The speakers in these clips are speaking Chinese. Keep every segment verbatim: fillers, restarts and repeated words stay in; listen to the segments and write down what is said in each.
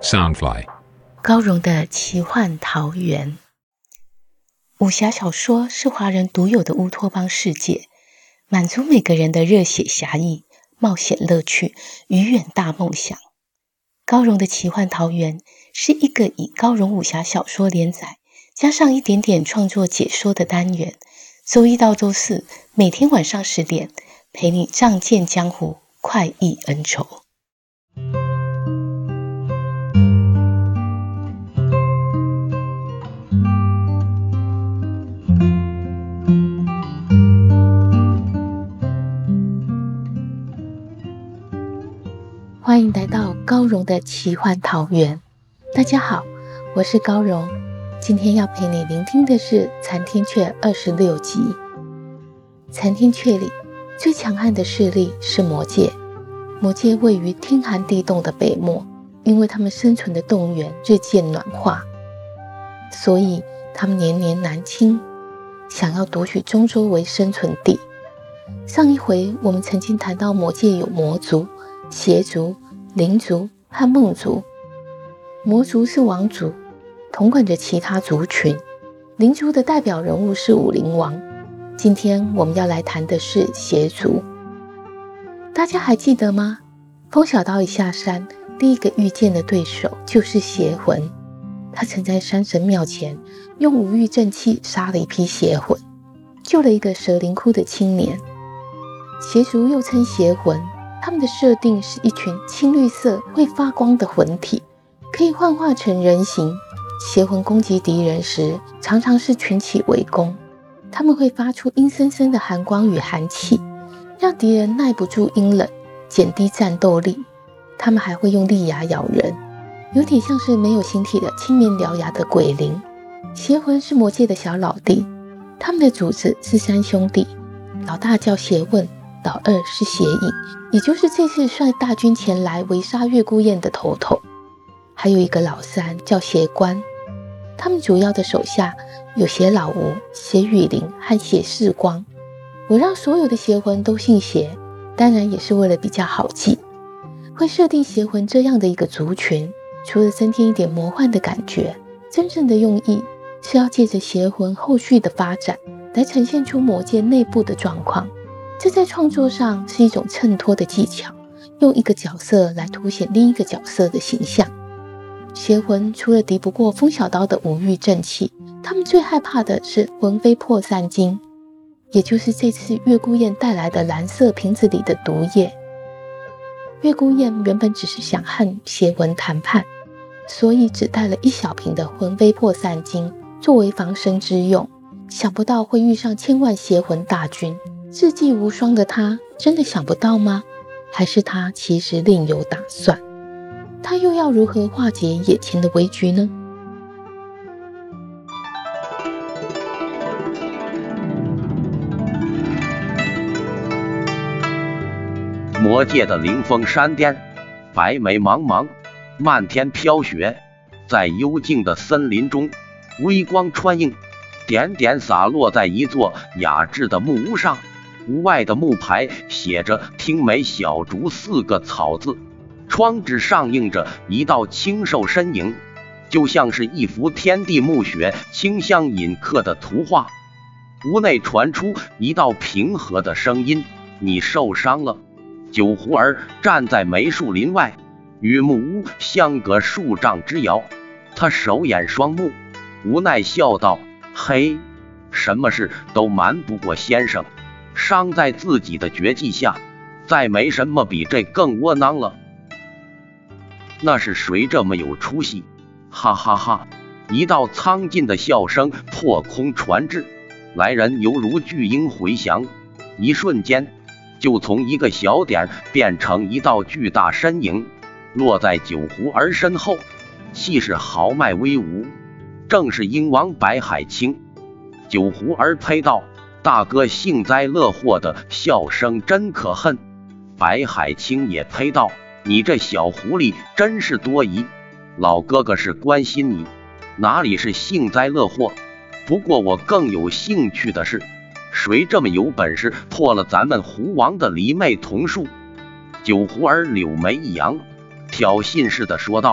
Soundfly 高荣的奇幻桃源。武侠小说是华人独有的乌托邦世界，满足每个人的热血侠义、冒险乐趣与远大梦想。高荣的奇幻桃源是一个以高荣武侠小说连载加上一点点创作解说的单元，周一到周四每天晚上十点陪你仗剑江湖，快意恩仇。欢迎来到高荣的奇幻桃源。大家好，我是高荣，今天要陪你聆听的是残天阙二十六集。残天阙里最强悍的势力是魔界，魔界位于天寒地冻的北漠，因为他们生存的动物园日渐暖化，所以他们年年南侵，想要夺取中州为生存地。上一回我们曾经谈到魔界有魔族、邪族、灵族和梦族。魔族是王族，统管着其他族群。灵族的代表人物是武灵王。今天我们要来谈的是邪族。大家还记得吗？风小刀一下山，第一个遇见的对手就是邪魂。他曾在山神庙前用无欲正气杀了一批邪魂，救了一个蛇灵窟的青年。邪族又称邪魂，他们的设定是一群青绿色会发光的魂体，可以幻化成人形。邪魂攻击敌人时常常是群起围攻，他们会发出阴森森的寒光与寒气，让敌人耐不住阴冷，减低战斗力。他们还会用利牙咬人，有点像是没有形体的青面獠牙的鬼灵。邪魂是魔界的小老弟，他们的主子是三兄弟，老大叫邪问，老二是邪影，也就是这次率大军前来围杀月孤雁的头头。还有一个老三叫邪官。他们主要的手下有邪老吴、邪雨灵和邪世光。我让所有的邪魂都姓邪，当然也是为了比较好记。会设定邪魂这样的一个族群，除了增添一点魔幻的感觉，真正的用意是要借着邪魂后续的发展来呈现出魔界内部的状况。这在创作上是一种衬托的技巧，用一个角色来凸显另一个角色的形象。邪魂除了敌不过风小刀的无欲正气，他们最害怕的是魂飞魄散精，也就是这次月孤雁带来的蓝色瓶子里的毒液。月孤雁原本只是想和邪魂谈判，所以只带了一小瓶的魂飞魄散精作为防身之用，想不到会遇上千万邪魂大军。智计无双的他真的想不到吗？还是他其实另有打算？他又要如何化解眼前的危局呢？ 魔界的灵峰山巅，白梅茫茫，漫天飘雪，在幽静的森林中，微光穿映，点点洒落在一座雅致的木屋上。屋外的木牌写着听梅小竹四个草字，窗纸上映着一道清瘦身影，就像是一幅天地暮雪清香引客的图画。屋内传出一道平和的声音：你受伤了。九胡儿站在梅树林外，与木屋相隔数丈之遥，他手掩双目，无奈笑道：嘿，什么事都瞒不过先生，伤在自己的绝技下，再没什么比这更窝囊了。那是谁这么有出息？哈哈哈！一道苍劲的笑声破空传至，来人犹如巨鹰回翔，一瞬间就从一个小点变成一道巨大身影，落在九胡儿身后，气势豪迈威武，正是鹰王白海清。九胡儿呸道：大哥幸灾乐祸的笑声真可恨。白海清也呸道：你这小狐狸真是多疑，老哥哥是关心你，哪里是幸灾乐祸？不过我更有兴趣的是，谁这么有本事破了咱们胡王的离魅瞳术？九胡儿柳眉一扬，挑衅似的说道：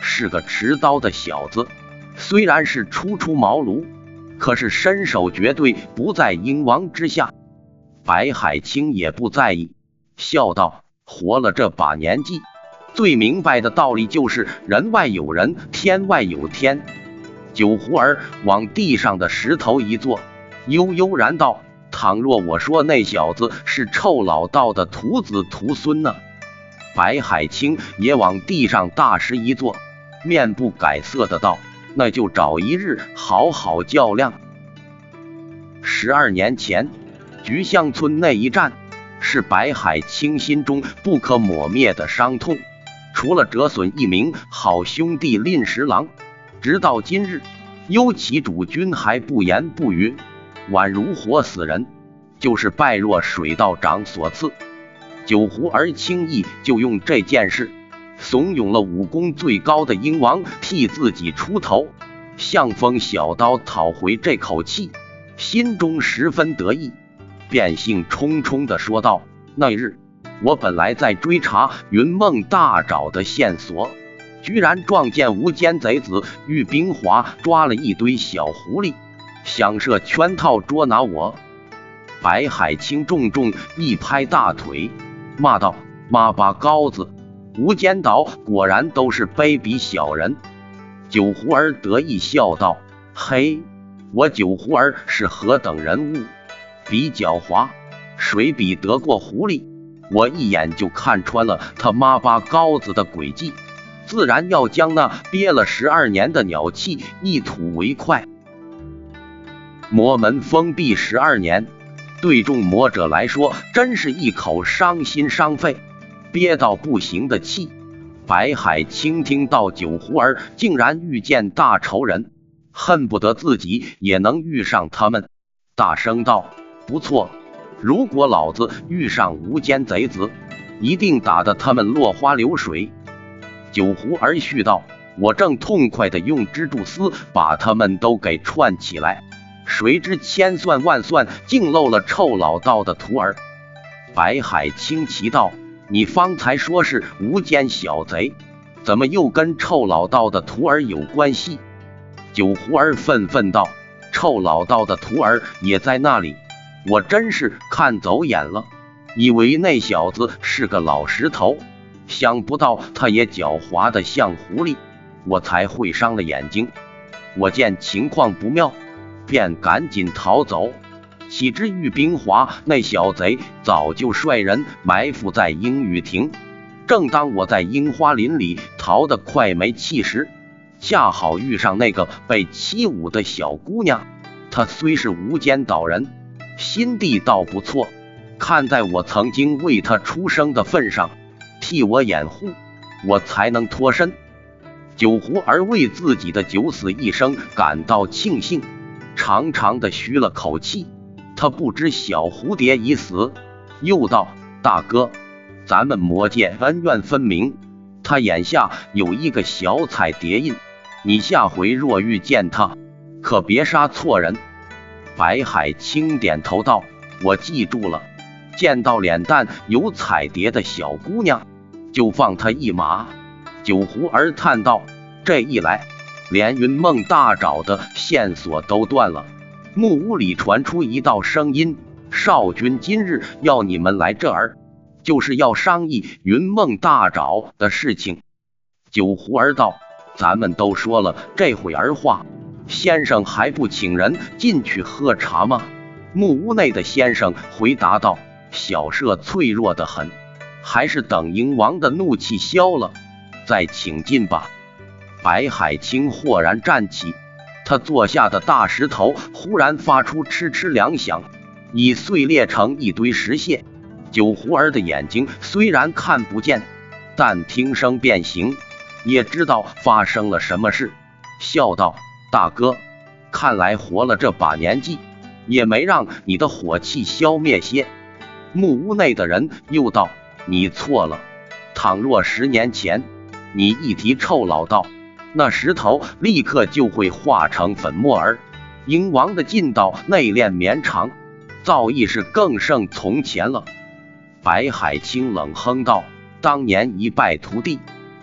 是个持刀的小子，虽然是初出茅庐，可是身手绝对不在鹰王之下。白海清也不在意，笑道：活了这把年纪，最明白的道理就是人外有人，天外有天。九胡儿往地上的石头一坐，悠悠然道：倘若我说那小子是臭老道的徒子徒孙呢？白海清也往地上大石一坐，面不改色的道：那就找一日好好较量。十二年前菊香村那一战，是白海清心中不可磨灭的伤痛，除了折损一名好兄弟蔺十郎，直到今日幽其主君还不言不语，宛如活死人，就是败若水道长所赐。九胡儿轻易就用这件事怂恿了武功最高的鹰王替自己出头，向风小刀讨回这口气，心中十分得意，便兴冲冲地说道：那日我本来在追查云梦大沼的线索，居然撞见无间贼子玉冰华抓了一堆小狐狸，想设圈套捉拿我。白海清重重一拍大腿，骂道：妈巴羔子，无间岛果然都是卑鄙小人。九胡儿得意笑道：嘿，我九胡儿是何等人物，比狡猾，谁比得过狐狸？我一眼就看穿了他妈巴羔子的诡计，自然要将那憋了十二年的鸟气一吐为快。魔门封闭十二年，对众魔者来说真是一口伤心伤肺，憋到不行的气。白海清听到九胡儿竟然遇见大仇人，恨不得自己也能遇上他们，大声道：不错，如果老子遇上无间贼子，一定打得他们落花流水。九胡儿续道：我正痛快地用蜘蛛丝把他们都给串起来，谁知千算万算，竟漏了臭老道的徒儿。白海清奇道：你方才说是无间小贼，怎么又跟臭老道的徒儿有关系？九胡儿愤愤道：臭老道的徒儿也在那里，我真是看走眼了，以为那小子是个老石头，想不到他也狡猾的像狐狸，我才会伤了眼睛。我见情况不妙，便赶紧逃走，岂知玉冰华那小贼早就率人埋伏在鹰羽亭，正当我在樱花林里逃得快没气时，恰好遇上那个被欺侮的小姑娘。她虽是无间岛人，心地倒不错，看在我曾经为她出生的份上，替我掩护，我才能脱身。九胡儿为自己的九死一生感到庆幸，长长的吁了口气。他不知小蝴蝶已死，又道：大哥，咱们魔界恩怨分明，他眼下有一个小彩蝶印，你下回若遇见他，可别杀错人。白海清点头道：我记住了，见到脸蛋有彩蝶的小姑娘，就放他一马。九胡儿叹道：这一来，连云梦大沼的线索都断了。木屋里传出一道声音：少君今日要你们来这儿，就是要商议云梦大沼的事情。九胡儿道：咱们都说了这会儿话，先生还不请人进去喝茶吗？木屋内的先生回答道：小舍脆弱得很，还是等鹰王的怒气消了再请进吧。白海清豁然站起，他坐下的大石头忽然发出嗤嗤两响，已碎裂成一堆石屑。九胡儿的眼睛虽然看不见，但听声便行，也知道发生了什么事，笑道：大哥，看来活了这把年纪，也没让你的火气消灭些。木屋内的人又道：你错了，倘若十年前你一提臭老道，那石头立刻就会化成粉末儿。鹰王的劲道内敛绵长，造诣是更胜从前了。白海清冷哼道：当年一败涂地，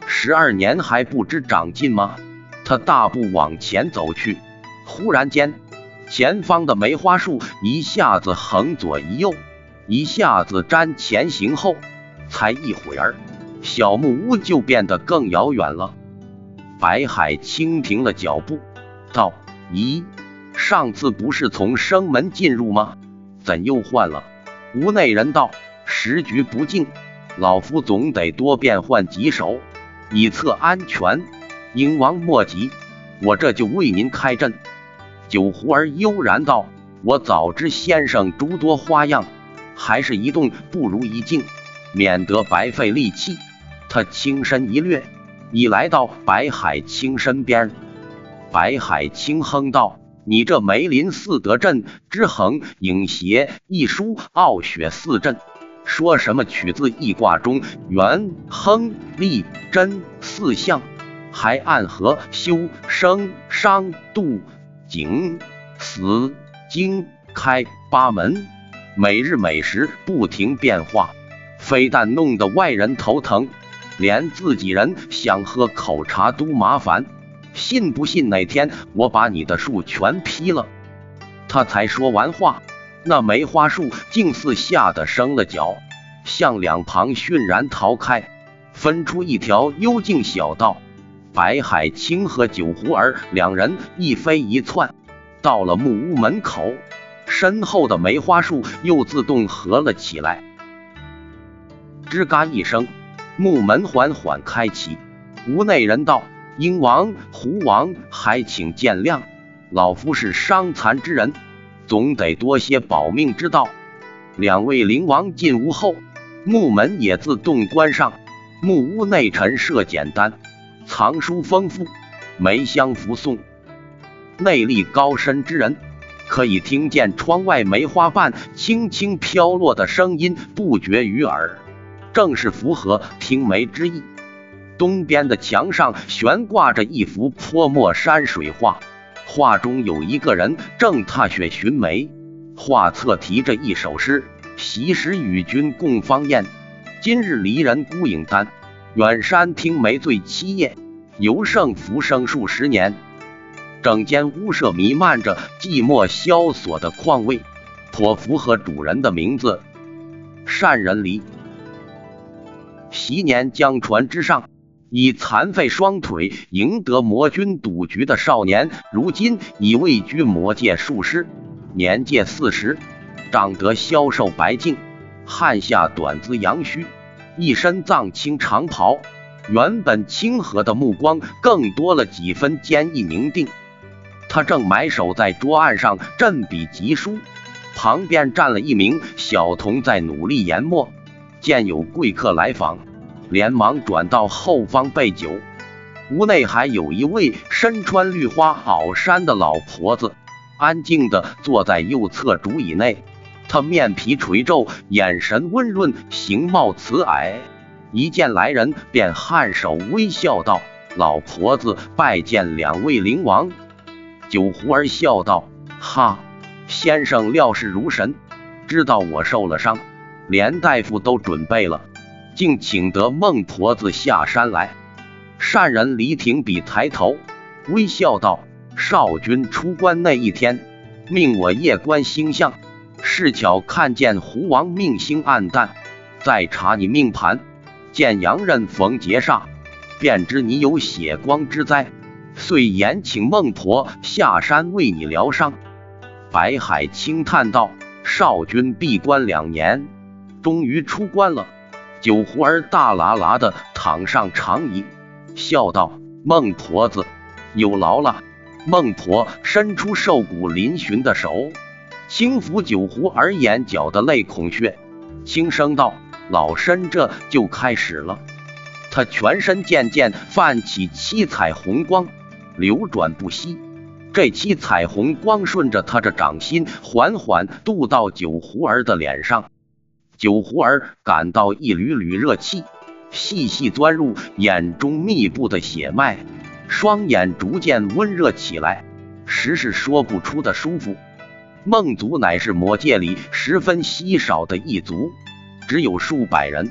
十二年还不知长进吗？他大步往前走去，忽然间，前方的梅花树一下子横左一右，一下子瞻前行后，才一会儿，小木屋就变得更遥远了。白海清停了脚步，道：“咦，上次不是从生门进入吗？怎又换了？”屋内人道：“时局不静，老夫总得多变换几手，以策安全。英王莫急，我这就为您开阵。”九胡儿悠然道：“我早知先生诸多花样，还是一动不如一静，免得白费力气。”他轻身一掠，已来到白海清身边。白海清哼道：“你这梅林四德阵之横影斜一疏傲雪四阵，说什么取自易卦中元亨利贞四象，还暗合修生伤度景死经开八门，每日每时不停变化，非但弄得外人头疼，连自己人想喝口茶都麻烦。信不信哪天我把你的树全劈了？”他才说完话，那梅花树竟似吓得生了脚，向两旁迅然逃开，分出一条幽静小道。白海清和九胡儿两人一飞一窜，到了木屋门口，身后的梅花树又自动合了起来。吱嘎一声，木门缓缓开启。屋内人道：“英王、胡王，还请见谅，老夫是伤残之人，总得多些保命之道。”两位灵王进屋后，木门也自动关上。木屋内陈设简单，藏书丰富，梅香扶送。内力高深之人，可以听见窗外梅花瓣轻轻飘落的声音不绝于耳，正是符合听梅之意。东边的墙上悬挂着一幅泼墨山水画，画中有一个人正踏雪寻梅，画侧题着一首诗：“昔时与君共芳宴，今日离人孤影单。远山听梅醉七夜，犹胜浮生数十年。”整间屋舍弥漫着寂寞萧索的况味，颇符合主人的名字单人离。昔年江船之上，以残废双腿赢得魔君赌局的少年，如今已位居魔界术师，年届四十，长得消瘦白净，汗下短姿扬须，一身藏青长袍，原本清和的目光更多了几分坚毅凝定。他正埋首在桌案上振笔疾书，旁边站了一名小童在努力研墨，见有贵客来访，连忙转到后方备酒。屋内还有一位身穿绿花袄衫的老婆子，安静地坐在右侧竹椅内。她面皮垂皱，眼神温润，形貌慈蔼，一见来人便颔首微笑道：“老婆子拜见两位灵王。”九胡儿笑道：“哈，先生料事如神，知道我受了伤，连大夫都准备了，竟请得孟婆子下山来。”单人离停笔抬头，微笑道：“少君出关那一天，命我夜观星象，是巧看见胡王命星暗淡，再查你命盘，见阳刃逢劫煞，便知你有血光之灾，遂延请孟婆下山为你疗伤。”白海轻叹道：“少君闭关两年，终于出关了。”九胡儿大喇喇地躺上长椅，笑道：“孟婆子有劳了。”孟婆伸出瘦骨嶙峋的手，轻抚九胡儿眼角的泪孔穴，轻声道：“老身这就开始了。”他全身渐渐泛起七彩红光，流转不息。这七彩虹光顺着他这掌心缓缓渡到九胡儿的脸上，九胡儿感到一缕缕热气细细钻入眼中密布的血脉，双眼逐渐温热起来，实是说不出的舒服。孟族乃是魔界里十分稀少的一族，只有数百人，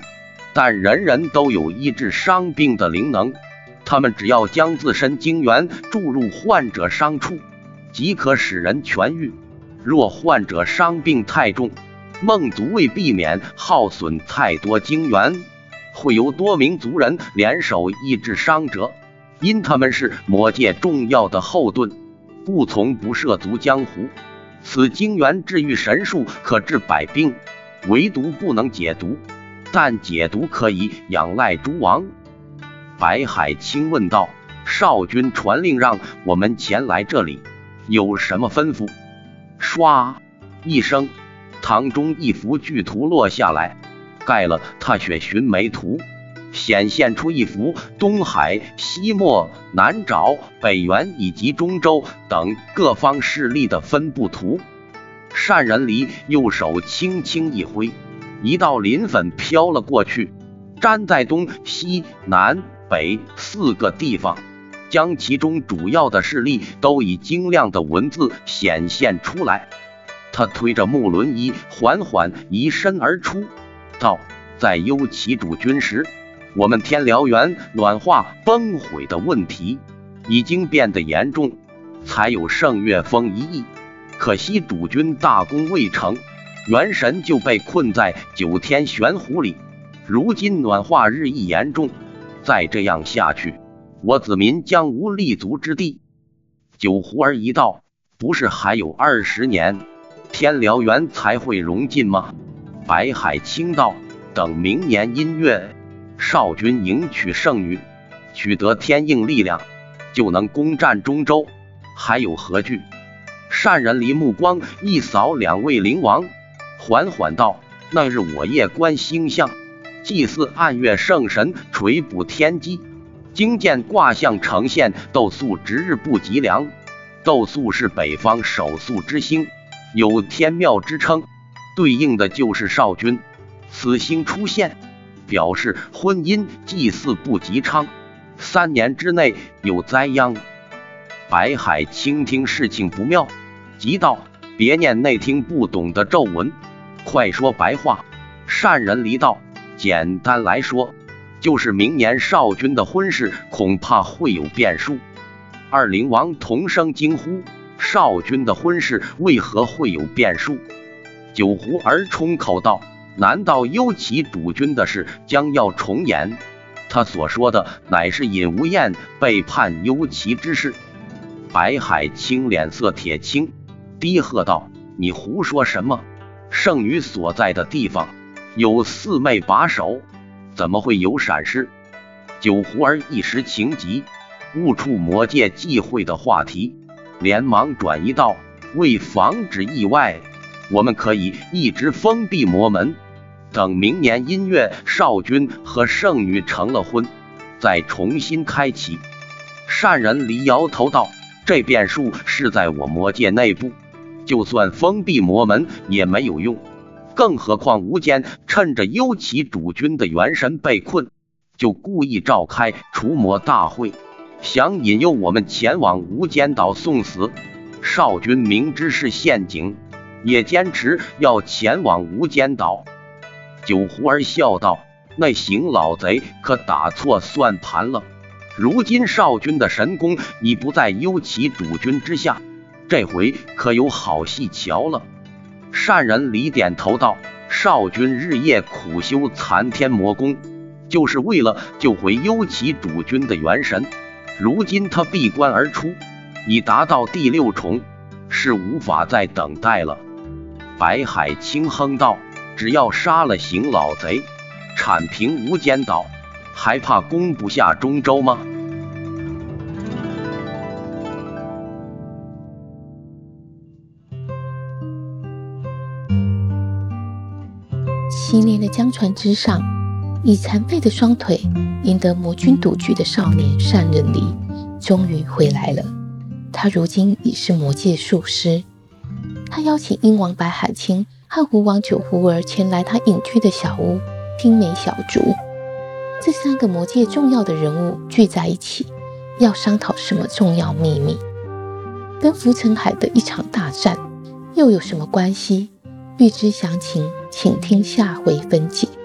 但人人都有医治伤病的灵能，他们只要将自身精元注入患者伤处，即可使人痊愈。若患者伤病太重，孟族为避免耗损太多精元，会由多名族人联手医治伤者，因他们是魔界重要的后盾，故从不涉足江湖。此精元治愈神术可治百病，唯独不能解毒，但解毒可以仰赖诸王。白海清问道：少君传令让我们前来这里，有什么吩咐？唰一声，堂中一幅巨图落下来，盖了踏雪寻梅图，显现出一幅东海、西漠、南沼、北原以及中州等各方势力的分布图。单人离右手轻轻一挥，一道磷粉飘了过去，粘在东西南北四个地方，将其中主要的势力都以精亮的文字显现出来。他推着木轮椅缓缓移身而出，道：在幽岐主君时，我们天辽原暖化崩毁的问题已经变得严重，才有圣岳峰一役。可惜主君大功未成，元神就被困在九天玄湖里。如今暖化日益严重，再这样下去，我子民将无立足之地。九湖儿一道，不是还有二十年，天辽原才会融尽吗？白海清道：等明年阴月，少君迎娶圣女，取得天应力量，就能攻占中州，还有何惧？单人离目光一扫两位灵王，缓缓道：那日我夜观星象，祭祀暗月圣神，垂补天机，经见卦象呈现斗宿值日不吉良。斗宿是北方首宿之星，有天庙之称，对应的就是少君。此星出现，表示婚姻祭祀不吉昌，三年之内有灾殃。白海倾听事情不妙，急道：别念内听不懂的咒文，快说白话。单人离道：简单来说，就是明年少君的婚事恐怕会有变数。二灵王同声惊呼：少君的婚事为何会有变数？九湖儿冲口道：难道幽岐主君的事将要重演？他所说的乃是尹无厌背叛幽岐之事。白海清脸色铁青，低喝道：你胡说什么？圣女所在的地方有四妹把守，怎么会有闪失？九湖儿一时情急，误触魔界忌讳的话题，连忙转移道：为防止意外，我们可以一直封闭魔门，等明年阴月少君和圣女成了婚，再重新开启。单人离摇头道：这变数是在我魔界内部，就算封闭魔门也没有用，更何况无间趁着幽岐主君的元神被困，就故意召开除魔大会，想引诱我们前往无间岛送死。少君明知是陷阱，也坚持要前往无间岛。九湖儿笑道：那邢老贼可打错算盘了，如今少君的神功已不在幽岐主君之下，这回可有好戏瞧了。单人离点头道：少君日夜苦修残天魔功，就是为了救回幽岐主君的元神，如今他闭关而出，已达到第六重，是无法再等待了。白海清哼道：只要杀了邢老贼，铲平无间岛，还怕攻不下中州吗？ 七年的江船之上，以残废的双腿赢得魔君赌局的少年单人离终于回来了。他如今已是魔界术师。他邀请鹰王白海清和狐王九湖儿前来他隐居的小屋听梅小竹。这三个魔界重要的人物聚在一起，要商讨什么重要秘密？跟浮尘海的一场大战又有什么关系？欲知详情，请听下回分解。